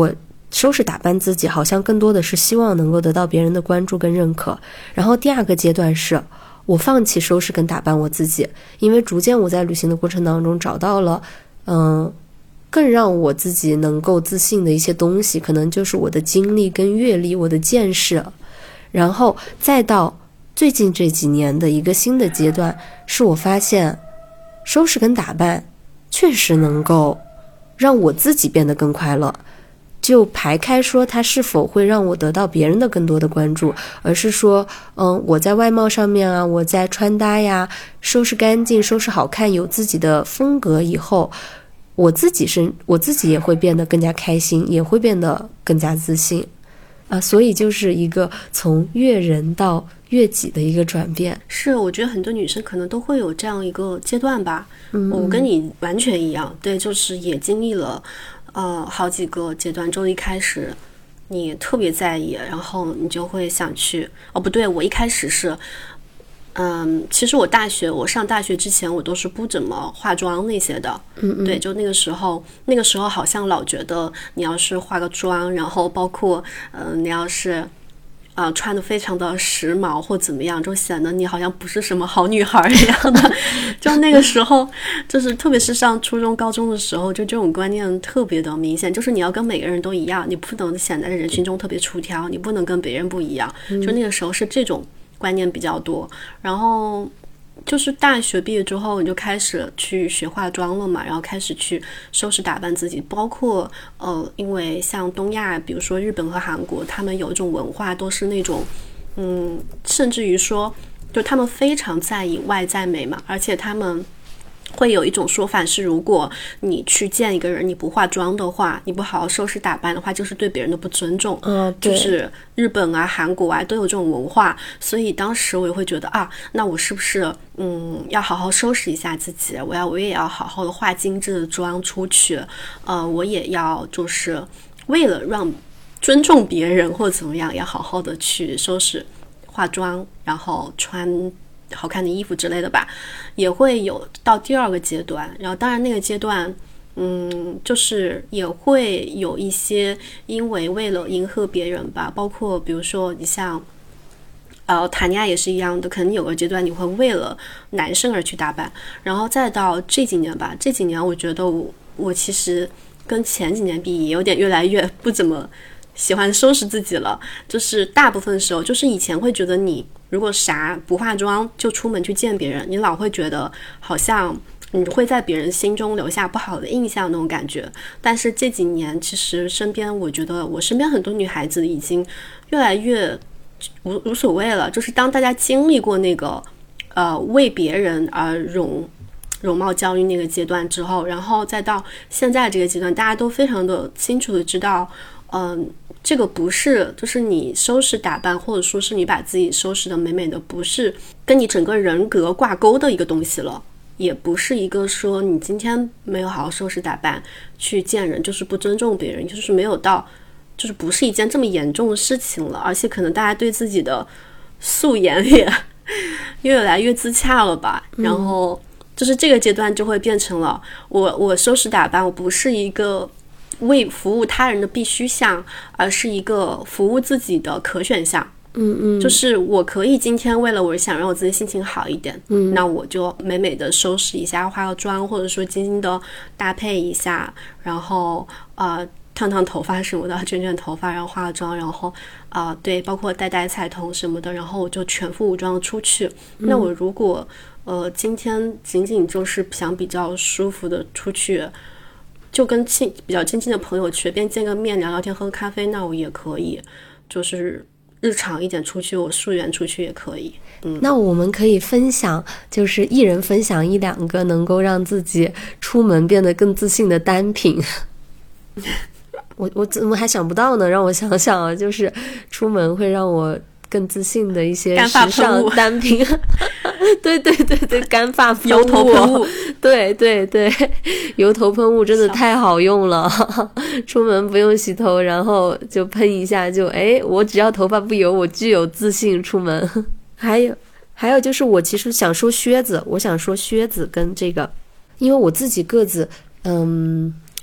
收拾打扮自己好像更多的是希望能够得到别人的关注跟认可。然后第二个阶段是我放弃收拾跟打扮我自己，因为逐渐我在旅行的过程当中找到了更让我自己能够自信的一些东西，可能就是我的经历跟阅历，我的见识。然后再到最近这几年的一个新的阶段，是我发现收拾跟打扮确实能够让我自己变得更快乐。就排开说它是否会让我得到别人的更多的关注，而是说我在外貌上面啊，我在穿搭呀，收拾干净，收拾好看，有自己的风格以后，我自己也会变得更加开心，也会变得更加自信啊。所以就是一个从悦人到悦己的一个转变。 是，我觉得很多女生可能都会有这样一个阶段吧。我跟你完全一样，对，就是也经历了好几个阶段。就一开始你特别在意，然后你就会想去不对，我一开始是其实我上大学之前我都是不怎么化妆那些的。对，就那个时候好像老觉得你要是化个妆，然后包括你要是穿得非常的时髦或怎么样，就显得你好像不是什么好女孩一样的。就那个时候，就是特别是上初中高中的时候，就这种观念特别的明显，就是你要跟每个人都一样，你不能显得在人群中特别出挑，你不能跟别人不一样。就那个时候是这种观念比较多。然后就是大学毕业之后，你就开始去学化妆了嘛，然后开始去收拾打扮自己，包括因为像东亚，比如说日本和韩国，他们有一种文化，都是那种甚至于说，就他们非常在意外在美嘛，而且他们会有一种说法是，如果你去见一个人，你不化妆的话，你不好好收拾打扮的话，就是对别人的不尊重。就是日本啊、韩国啊都有这种文化，所以当时我也会觉得那我是不是要好好收拾一下自己，我也要好好的化精致的妆出去，我也要就是为了让尊重别人或怎么样，要好好的去收拾化妆，然后穿好看的衣服之类的吧。也会有到第二个阶段，然后当然那个阶段就是也会有一些因为了迎合别人吧，包括比如说你像谈恋爱也是一样的，可能有个阶段你会为了男生而去打扮。然后再到这几年吧，这几年我觉得我其实跟前几年比也有点越来越不怎么喜欢收拾自己了。就是大部分时候，就是以前会觉得你如果啥不化妆就出门去见别人，你老会觉得好像你会在别人心中留下不好的印象那种感觉。但是这几年其实我觉得我身边很多女孩子已经越来越无所谓了，就是当大家经历过那个为别人而容貌焦虑那个阶段之后，然后再到现在这个阶段，大家都非常的清楚的知道这个不是就是你收拾打扮或者说是你把自己收拾的美美的，不是跟你整个人格挂钩的一个东西了，也不是一个说你今天没有好好收拾打扮去见人就是不尊重别人，就是没有到就是不是一件这么严重的事情了。而且可能大家对自己的素颜也越来越自洽了吧。然后就是这个阶段就会变成了我收拾打扮，我不是一个为服务他人的必须项，而是一个服务自己的可选项。就是我可以今天为了我想让我自己心情好一点，那我就美美的收拾一下，化个妆，或者说精心的搭配一下，然后烫头发什么的，卷头发，然后化个妆，然后对，包括戴彩头什么的，然后我就全副武装出去。那我如果今天仅仅就是想比较舒服的出去，就跟比较亲近的朋友随便见个面聊聊天喝咖啡，那我也可以，就是日常一点出去，我素颜出去也可以。 那我们可以分享，就是一人分享1-2个能够让自己出门变得更自信的单品。我怎么还想不到呢？让我想想啊，就是出门会让我更自信的一些时尚单品。对，干发喷雾， 油头喷雾， 对，油头喷雾真的太好用了。出门不用洗头，然后就喷一下，就我只要头发不油，我具有自信出门。还有就是我其实想说靴子，跟这个，因为我自己个子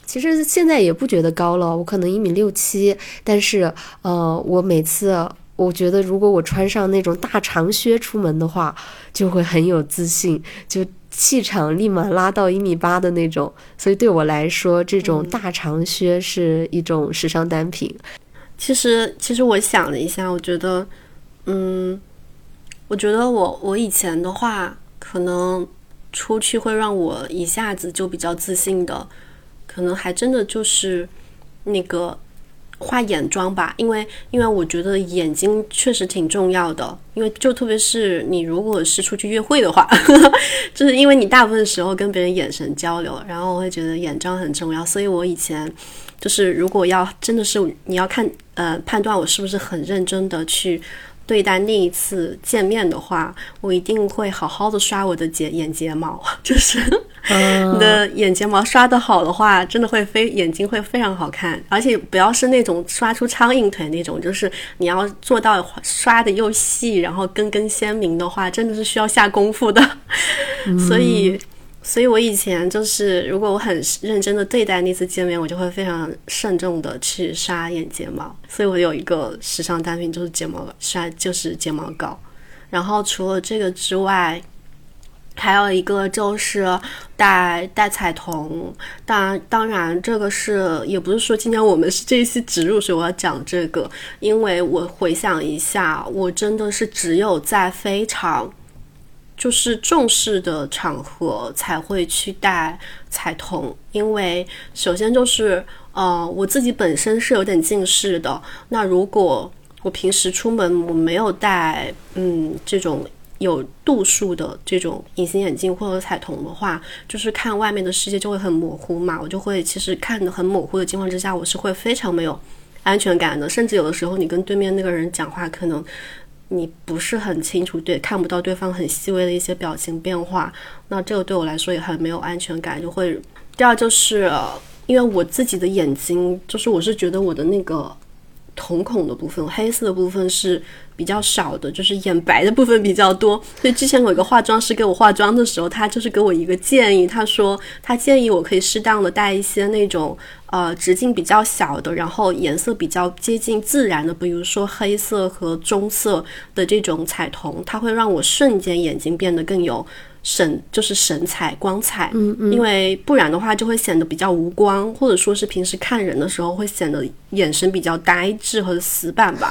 其实现在也不觉得高了，我可能1.67米，但是我每次我觉得如果我穿上那种大长靴出门的话，就会很有自信，就气场立马拉到1.8米的那种。所以对我来说，这种大长靴是一种时尚单品。 其实我想了一下，我觉得我以前的话，可能出去会让我一下子就比较自信的，可能还真的就是那个画眼妆吧，因为我觉得眼睛确实挺重要的，因为就特别是你如果是出去约会的话就是因为你大部分时候跟别人眼神交流，然后我会觉得眼妆很重要，所以我以前就是如果要真的是你要判断我是不是很认真的去对待那一次见面的话，我一定会好好的刷我的眼睫毛，就是你的眼睫毛刷得好的话，真的会眼睛会非常好看，而且不要是那种刷出苍蝇腿那种，就是你要做到刷的又细，然后根鲜明的话，真的是需要下功夫的。所以我以前就是如果我很认真的对待那次见面，我就会非常慎重的去刷眼睫毛。所以我有一个时尚单品就是就是睫毛膏。然后除了这个之外，还有一个就是戴彩瞳。当然这个是也不是说今天我们是这一期植入所以我要讲这个，因为我回想一下，我真的是只有在非常就是重视的场合才会去戴彩瞳。因为首先就是我自己本身是有点近视的，那如果我平时出门我没有戴这种有度数的这种隐形眼镜或者彩瞳的话，就是看外面的世界就会很模糊嘛，我就会其实看得很模糊的情况之下，我是会非常没有安全感的，甚至有的时候你跟对面那个人讲话，可能你不是很清楚，看不到对方很细微的一些表情变化，那这个对我来说也很没有安全感。就会第二就是因为我自己的眼睛，就是我是觉得我的那个瞳孔的部分，黑色的部分是比较少的，就是眼白的部分比较多。所以之前有一个化妆师给我化妆的时候，他就是给我一个建议，他说他建议我可以适当的戴一些那种直径比较小的，然后颜色比较接近自然的，比如说黑色和棕色的这种彩瞳，它会让我瞬间眼睛变得更有就是神采光彩。因为不然的话就会显得比较无光，或者说是平时看人的时候会显得眼神比较呆滞和死板吧。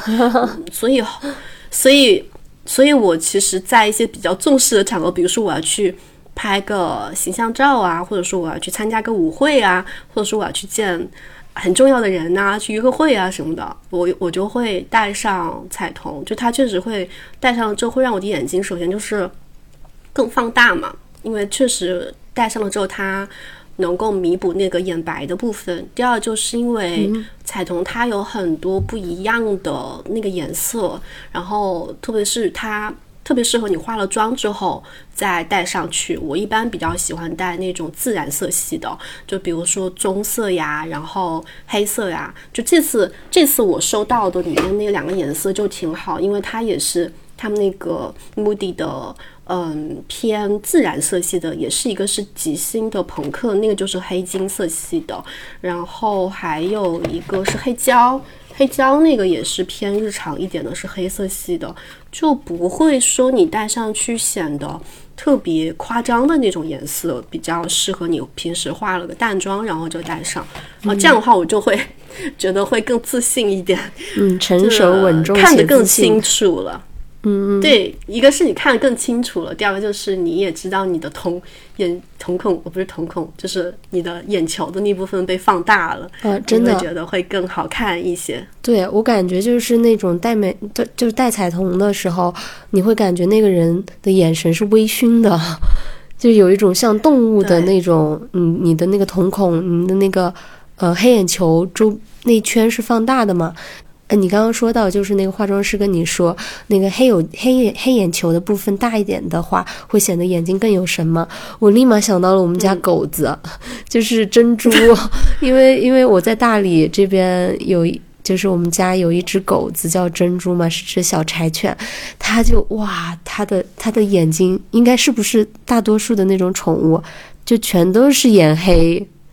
所以我其实在一些比较重视的场合，比如说我要去拍个形象照啊，或者说我要去参加个舞会啊，或者说我要去见很重要的人啊，去约个会啊什么的，我就会戴上彩瞳。就它确实会戴上了之后会让我的眼睛首先就是更放大嘛，因为确实戴上了之后它能够弥补那个眼白的部分。第二就是因为彩瞳它有很多不一样的那个颜色，然后特别是它特别适合你化了妆之后再戴上去。我一般比较喜欢戴那种自然色系的，就比如说棕色呀，然后黑色呀。就这次我收到的里面那两个颜色就挺好，因为它也是他们那个 Moody 的偏自然色系的，也是一个是极星的朋克，那个就是黑金色系的，然后还有一个是黑胶那个也是偏日常一点的，是黑色系的，就不会说你戴上去显得特别夸张的那种颜色，比较适合你平时化了个淡妆然后就戴上。这样的话我就会觉得会更自信一点， 成熟稳重， 看得更清楚了。对，一个是你看得更清楚了，第二个就是你也知道你的瞳孔，不是瞳孔，就是你的眼球的那部分被放大了，真的会觉得会更好看一些。 对，我感觉就是那种就是戴彩瞳的时候，你会感觉那个人的眼神是微醺的，就有一种像动物的那种，你的那个瞳孔，你的那个黑眼球周那一圈是放大的嘛。你刚刚说到就是那个化妆师跟你说那个黑眼球的部分大一点的话会显得眼睛更有神嘛，我立马想到了我们家狗子，就是珍珠因为我在大理这边就是我们家有一只狗子叫珍珠嘛，是只小柴犬，它就它的眼睛应该是不是大多数的那种宠物就全都是眼黑，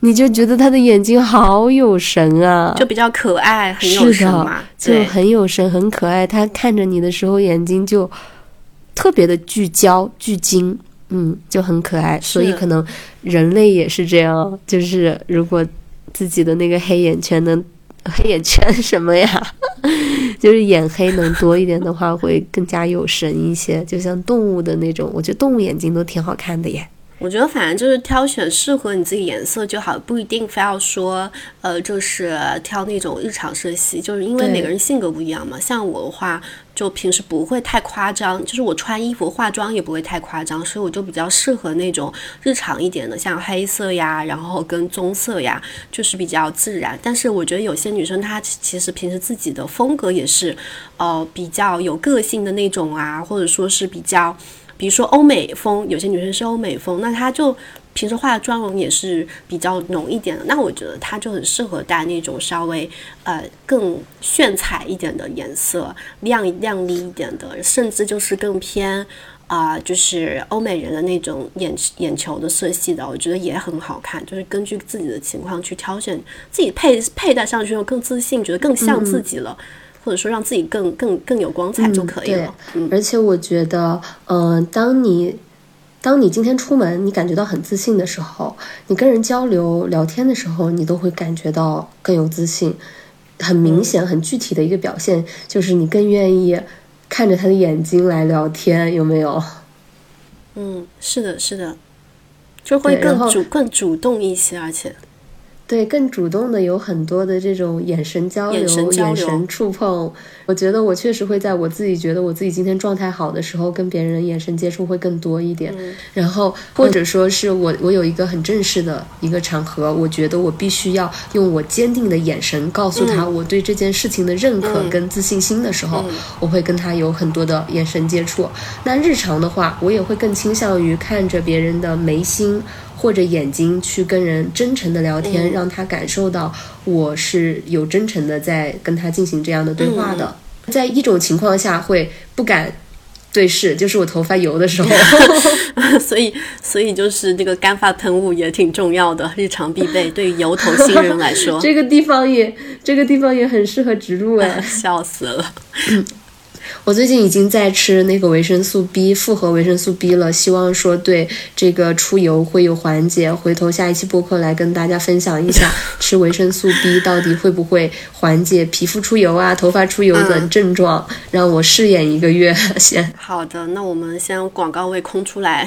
你就觉得他的眼睛好有神啊， 就比较可爱，很有神嘛， 就很有神，很可爱。他看着你的时候，眼睛就特别的聚焦、聚精，就很可爱。所以可能人类也是这样，就是如果自己的那个黑眼圈什么呀，就是眼黑能多一点的话，会更加有神一些。就像动物的那种，我觉得动物眼睛都挺好看的耶。 我觉得反正就是挑选适合你自己颜色就好，不一定非要说就是挑那种日常色系，就是因为每个人性格不一样嘛。像我的话，就平时不会太夸张，就是我穿衣服化妆也不会太夸张，所以我就比较适合那种日常一点的，像黑色呀，然后跟棕色呀，就是比较自然。但是我觉得有些女生她其实平时自己的风格也是比较有个性的那种啊，或者说是比如说欧美风，有些女生是欧美风，那她就平时化的妆容也是比较浓一点的，那我觉得她就很适合带那种稍微更炫彩一点的颜色，亮丽一点的，甚至就是更偏就是欧美人的那种眼球的色系的，我觉得也很好看。就是根据自己的情况去挑选，自己佩戴上去又更自信，觉得更像自己了。或者说让自己更有光彩就可以了。 而且我觉得当你今天出门你感觉到很自信的时候，你跟人交流聊天的时候，你都会感觉到更有自信。很明显很具体的一个表现就是你更愿意看着他的眼睛来聊天，有没有？ 是的，就会更主动一些，而且对，更主动的有很多的这种眼神交流、眼神触碰。我觉得我确实会在我自己觉得我自己今天状态好的时候，跟别人眼神接触会更多一点。然后或者说是我有一个很正式的一个场合，我觉得我必须要用我坚定的眼神告诉他我对这件事情的认可跟自信心的时候，我会跟他有很多的眼神接触。那日常的话，我也会更倾向于看着别人的眉心或者眼睛去跟人真诚的聊天，让他感受到我是有真诚的在跟他进行这样的对话的。在一种情况下会不敢对视，就是我头发油的时候所以就是这个干发喷雾也挺重要的，日常必备，对于油头新人来说这个地方也很适合植入笑死了我最近已经在吃那个维生素 B 复合维生素 B 了，希望说对这个出油会有缓解。回头下一期播客来跟大家分享一下吃维生素 B 到底会不会缓解皮肤出油啊、头发出油的症状，让我试验1个月先。 好的，那我们先广告位空出来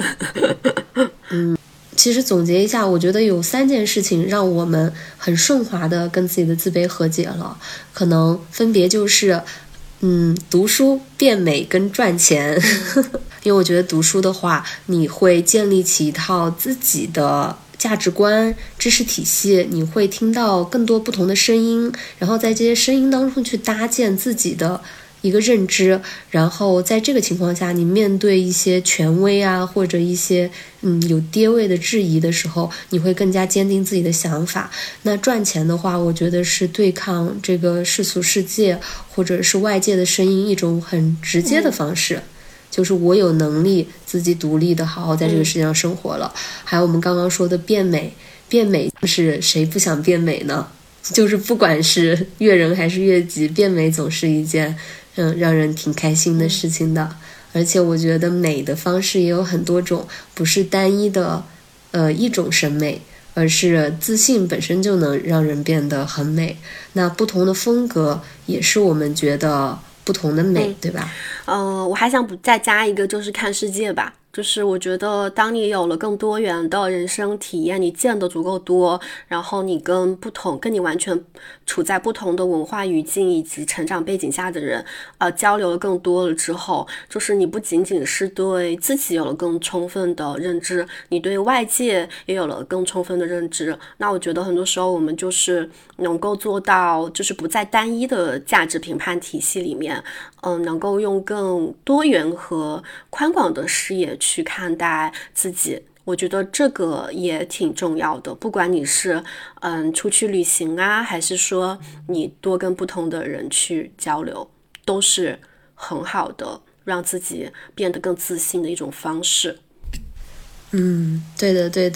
其实总结一下，我觉得有3件事情让我们很顺滑的跟自己的自卑和解了，可能分别就是读书、变美跟赚钱因为我觉得读书的话，你会建立起一套自己的价值观、知识体系，你会听到更多不同的声音，然后在这些声音当中去搭建自己的一个认知，然后在这个情况下，你面对一些权威啊，或者一些有跌位的质疑的时候，你会更加坚定自己的想法。那赚钱的话，我觉得是对抗这个世俗世界或者是外界的声音一种很直接的方式，就是我有能力自己独立的好好在这个世界上生活了。还有我们刚刚说的变美是谁不想变美呢？就是不管是越人还是越级，变美总是一件让人挺开心的事情的。而且我觉得美的方式也有很多种，不是单一的一种审美，而是自信本身就能让人变得很美。那不同的风格也是我们觉得不同的美，对吧？ 我还想再加一个，就是看世界吧。就是我觉得当你有了更多元的人生体验，你见得足够多，然后你跟你完全处在不同的文化语境以及成长背景下的人交流了更多了之后，就是你不仅仅是对自己有了更充分的认知，你对外界也有了更充分的认知。那我觉得很多时候我们就是能够做到，就是不在单一的价值评判体系里面，能够用更多元和宽广的视野去看待自己，我觉得这个也挺重要的。不管你是出去旅行啊，还是说你多跟不同的人去交流，都是很好的让自己变得更自信的一种方式。 对的。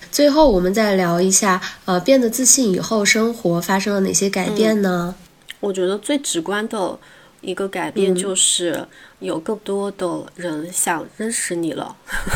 最后我们再聊一下变得自信以后生活发生了哪些改变呢？ 我觉得最直观的一个改变就是有更多的人想认识你了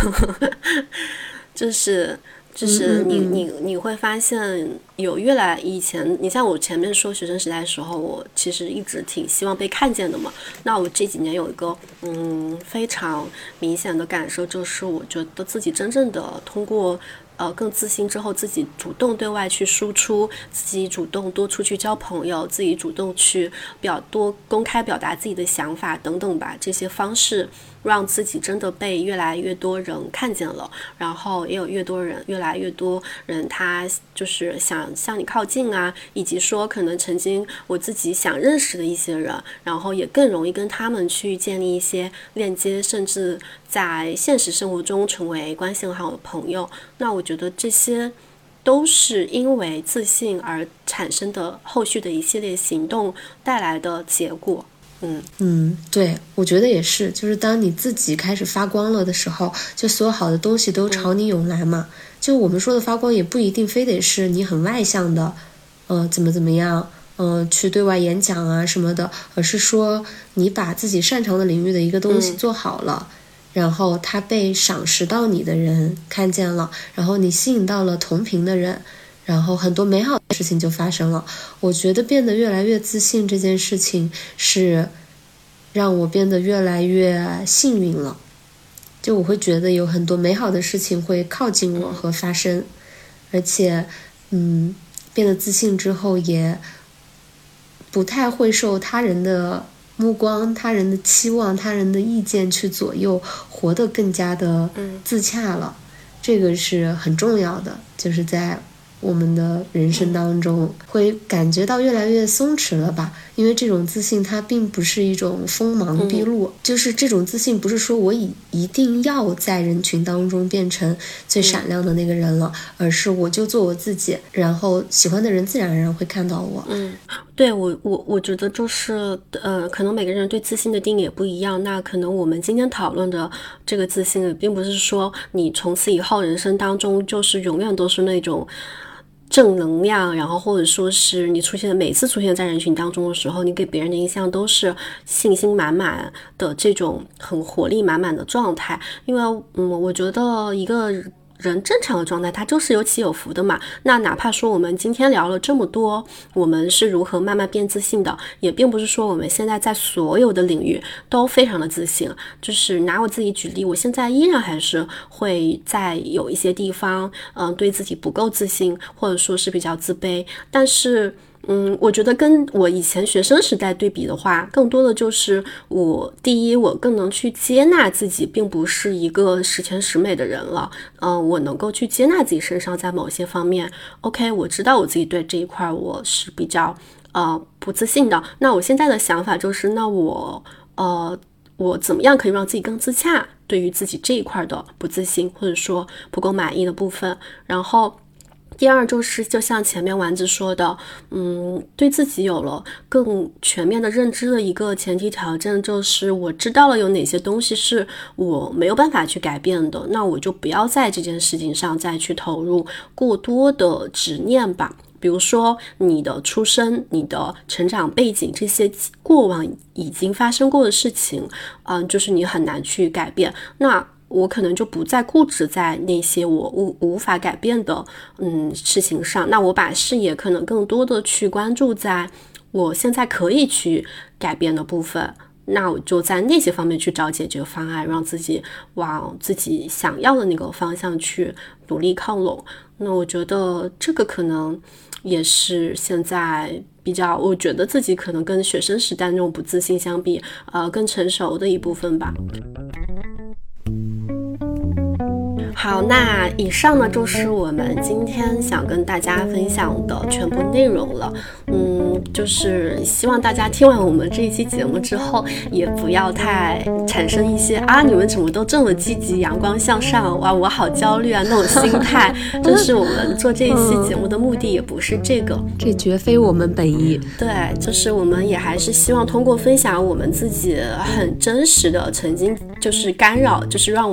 就是你会发现有越来以前，你像我前面说学生时代的时候，我其实一直挺希望被看见的嘛。那我这几年有一个非常明显的感受，就是我觉得自己真正的通过更自信之后，自己主动对外去输出，自己主动多出去交朋友，自己主动去多公开表达自己的想法等等吧，这些方式让自己真的被越来越多人看见了，然后也有越来越多人他就是想向你靠近啊，以及说可能曾经我自己想认识的一些人，然后也更容易跟他们去建立一些链接，甚至在现实生活中成为关系很好的朋友。那我觉得这些都是因为自信而产生的后续的一系列行动带来的结果。 对，我觉得也是，就是当你自己开始发光了的时候，就所有好的东西都朝你涌来嘛。就我们说的发光也不一定非得是你很外向的怎么样去对外演讲啊什么的，而是说你把自己擅长的领域的一个东西做好了，然后他被赏识到你的人看见了，然后你吸引到了同频的人，然后很多美好的事情就发生了。我觉得变得越来越自信这件事情是让我变得越来越幸运了，就我会觉得有很多美好的事情会靠近我和发生，而且变得自信之后也不太会受他人的目光、他人的期望、他人的意见去左右，活得更加的自洽了。这个是很重要的，就是在我们的人生当中会感觉到越来越松弛了吧，因为这种自信它并不是一种锋芒毕露，就是这种自信不是说我一定要在人群当中变成最闪亮的那个人了，而是我就做我自己，然后喜欢的人自然而然会看到我。 对，我觉得就是可能每个人对自信的定义也不一样，那可能我们今天讨论的这个自信并不是说你从此以后人生当中就是永远都是那种正能量，然后或者说是你每次出现在人群当中的时候，你给别人的印象都是信心满满的这种很活力满满的状态。因为我觉得一个人正常的状态它就是有起有伏的嘛，那哪怕说我们今天聊了这么多我们是如何慢慢变自信的，也并不是说我们现在在所有的领域都非常的自信，就是拿我自己举例，我现在依然还是会在有一些地方对自己不够自信，或者说是比较自卑，但是我觉得跟我以前学生时代对比的话，更多的就是第一，我更能去接纳自己并不是一个十全十美的人了，我能够去接纳自己身上在某些方面 OK， 我知道我自己对这一块我是比较不自信的，那我现在的想法就是那我怎么样可以让自己更自洽，对于自己这一块的不自信或者说不够满意的部分。然后第二就是就像前面丸子说的，对自己有了更全面的认知的一个前提条件，就是我知道了有哪些东西是我没有办法去改变的，那我就不要在这件事情上再去投入过多的执念吧。比如说你的出身、你的成长背景，这些过往已经发生过的事情，就是你很难去改变，那我可能就不再固执在那些我无法改变的事情上，那我把视野可能更多的去关注在我现在可以去改变的部分，那我就在那些方面去找解决方案，让自己往自己想要的那个方向去努力靠拢。那我觉得这个可能也是现在比较，我觉得自己可能跟学生时代那种不自信相比更成熟的一部分吧。好，那以上呢就是我们今天想跟大家分享的全部内容了。就是希望大家听完我们这一期节目之后，也不要太产生一些你们怎么都这么积极、阳光向上，哇，我好焦虑啊那种心态。就是我们做这一期节目的目的也不是这个， 这绝非我们本意。 对，就是我们也还是希望通过分享我们自己很真实的曾经就是干扰，就是让我们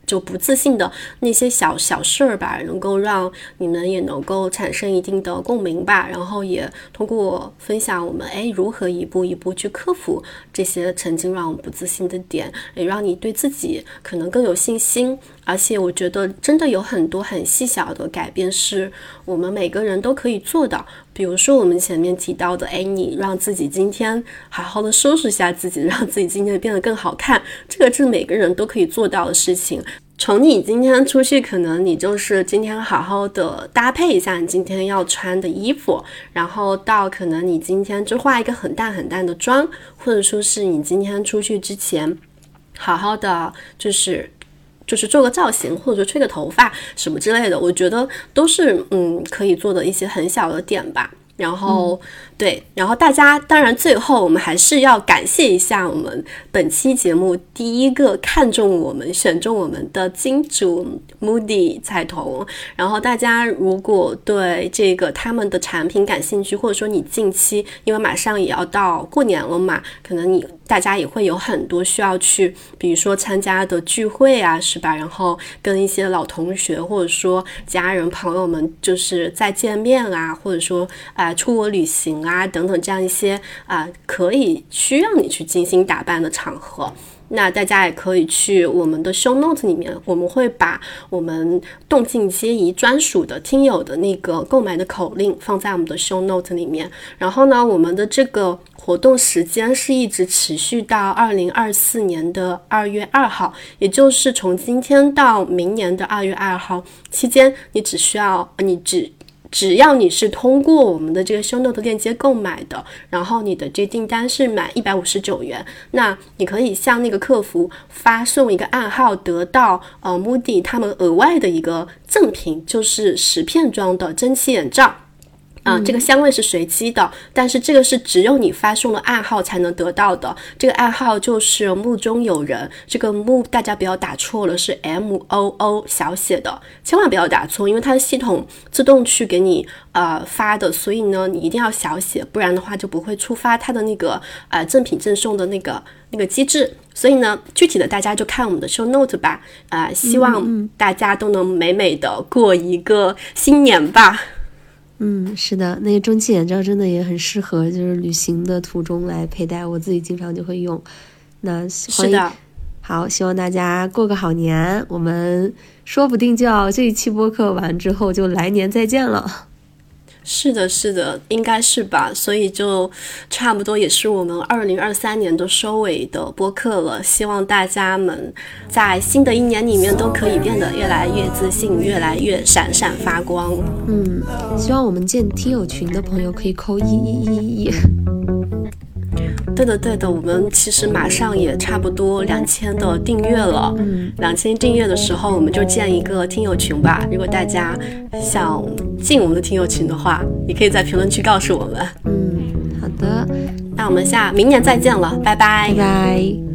就不自信的那些小事儿吧，能够让你们也能够产生一定的共鸣吧，然后也通过分享我们如何一步一步去克服这些曾经让我们不自信的点，也让你对自己可能更有信心。而且我觉得真的有很多很细小的改变是我们每个人都可以做的，比如说我们前面提到的你让自己今天好好的收拾一下自己，让自己今天变得更好看，这个是每个人都可以做到的事情。从你今天出去，可能你就是今天好好的搭配一下你今天要穿的衣服，然后到可能你今天就化一个很淡很淡的妆，或者说是你今天出去之前好好的就是做个造型，或者说吹个头发什么之类的，我觉得都是可以做的一些很小的点吧。然后对，然后大家当然最后我们还是要感谢一下我们本期节目第一个看中我们选中我们的金主 Moody 彩童。然后大家如果对这个他们的产品感兴趣，或者说你近期因为马上也要到过年了嘛，可能大家也会有很多需要去比如说参加的聚会啊，是吧，然后跟一些老同学或者说家人朋友们就是再见面啊，或者说出国旅行啊等等这样一些可以需要你去精心打扮的场合，那大家也可以去我们的 show note 里面，我们会把我们动静皆宜专属的听友的那个购买的口令放在我们的 show note 里面。然后呢，我们的这个活动时间是一直持续到2024年的2月2号，也就是从今天到明年的2月2号期间，只要你是通过我们的这个 show note 链接购买的，然后你的这订单是满159元，那你可以向那个客服发送一个暗号，得到Moody 他们额外的一个赠品，就是10片装的蒸汽眼罩。这个香味是随机的，但是这个是只有你发送了暗号才能得到的。这个暗号就是目中有人，这个目大家不要打错了，是 MOO 小写的，千万不要打错，因为它的系统自动去给你发的，所以呢你一定要小写，不然的话就不会触发它的那个赠品赠送的那个机制。所以呢具体的大家就看我们的 show note 吧。希望大家都能美美的过一个新年吧。 是的，那个蒸汽眼罩真的也很适合就是旅行的途中来佩戴，我自己经常就会用。那是的， 好，希望大家过个好年，我们说不定就要这一期播客完之后就来年再见了。 是的，是的，应该是吧，所以就差不多也是我们2023年的收尾的播客了。希望大家们在新的一年里面都可以变得越来越自信，越来越闪闪发光。 希望我们建听友群的朋友可以扣11111。 对的，我们其实马上也差不多2000的订阅了。2000订阅的时候，我们就建一个听友群吧。如果大家想进我们的听友群的话，也可以在评论区告诉我们。 好的， 那我们明年再见了，拜拜。 拜拜。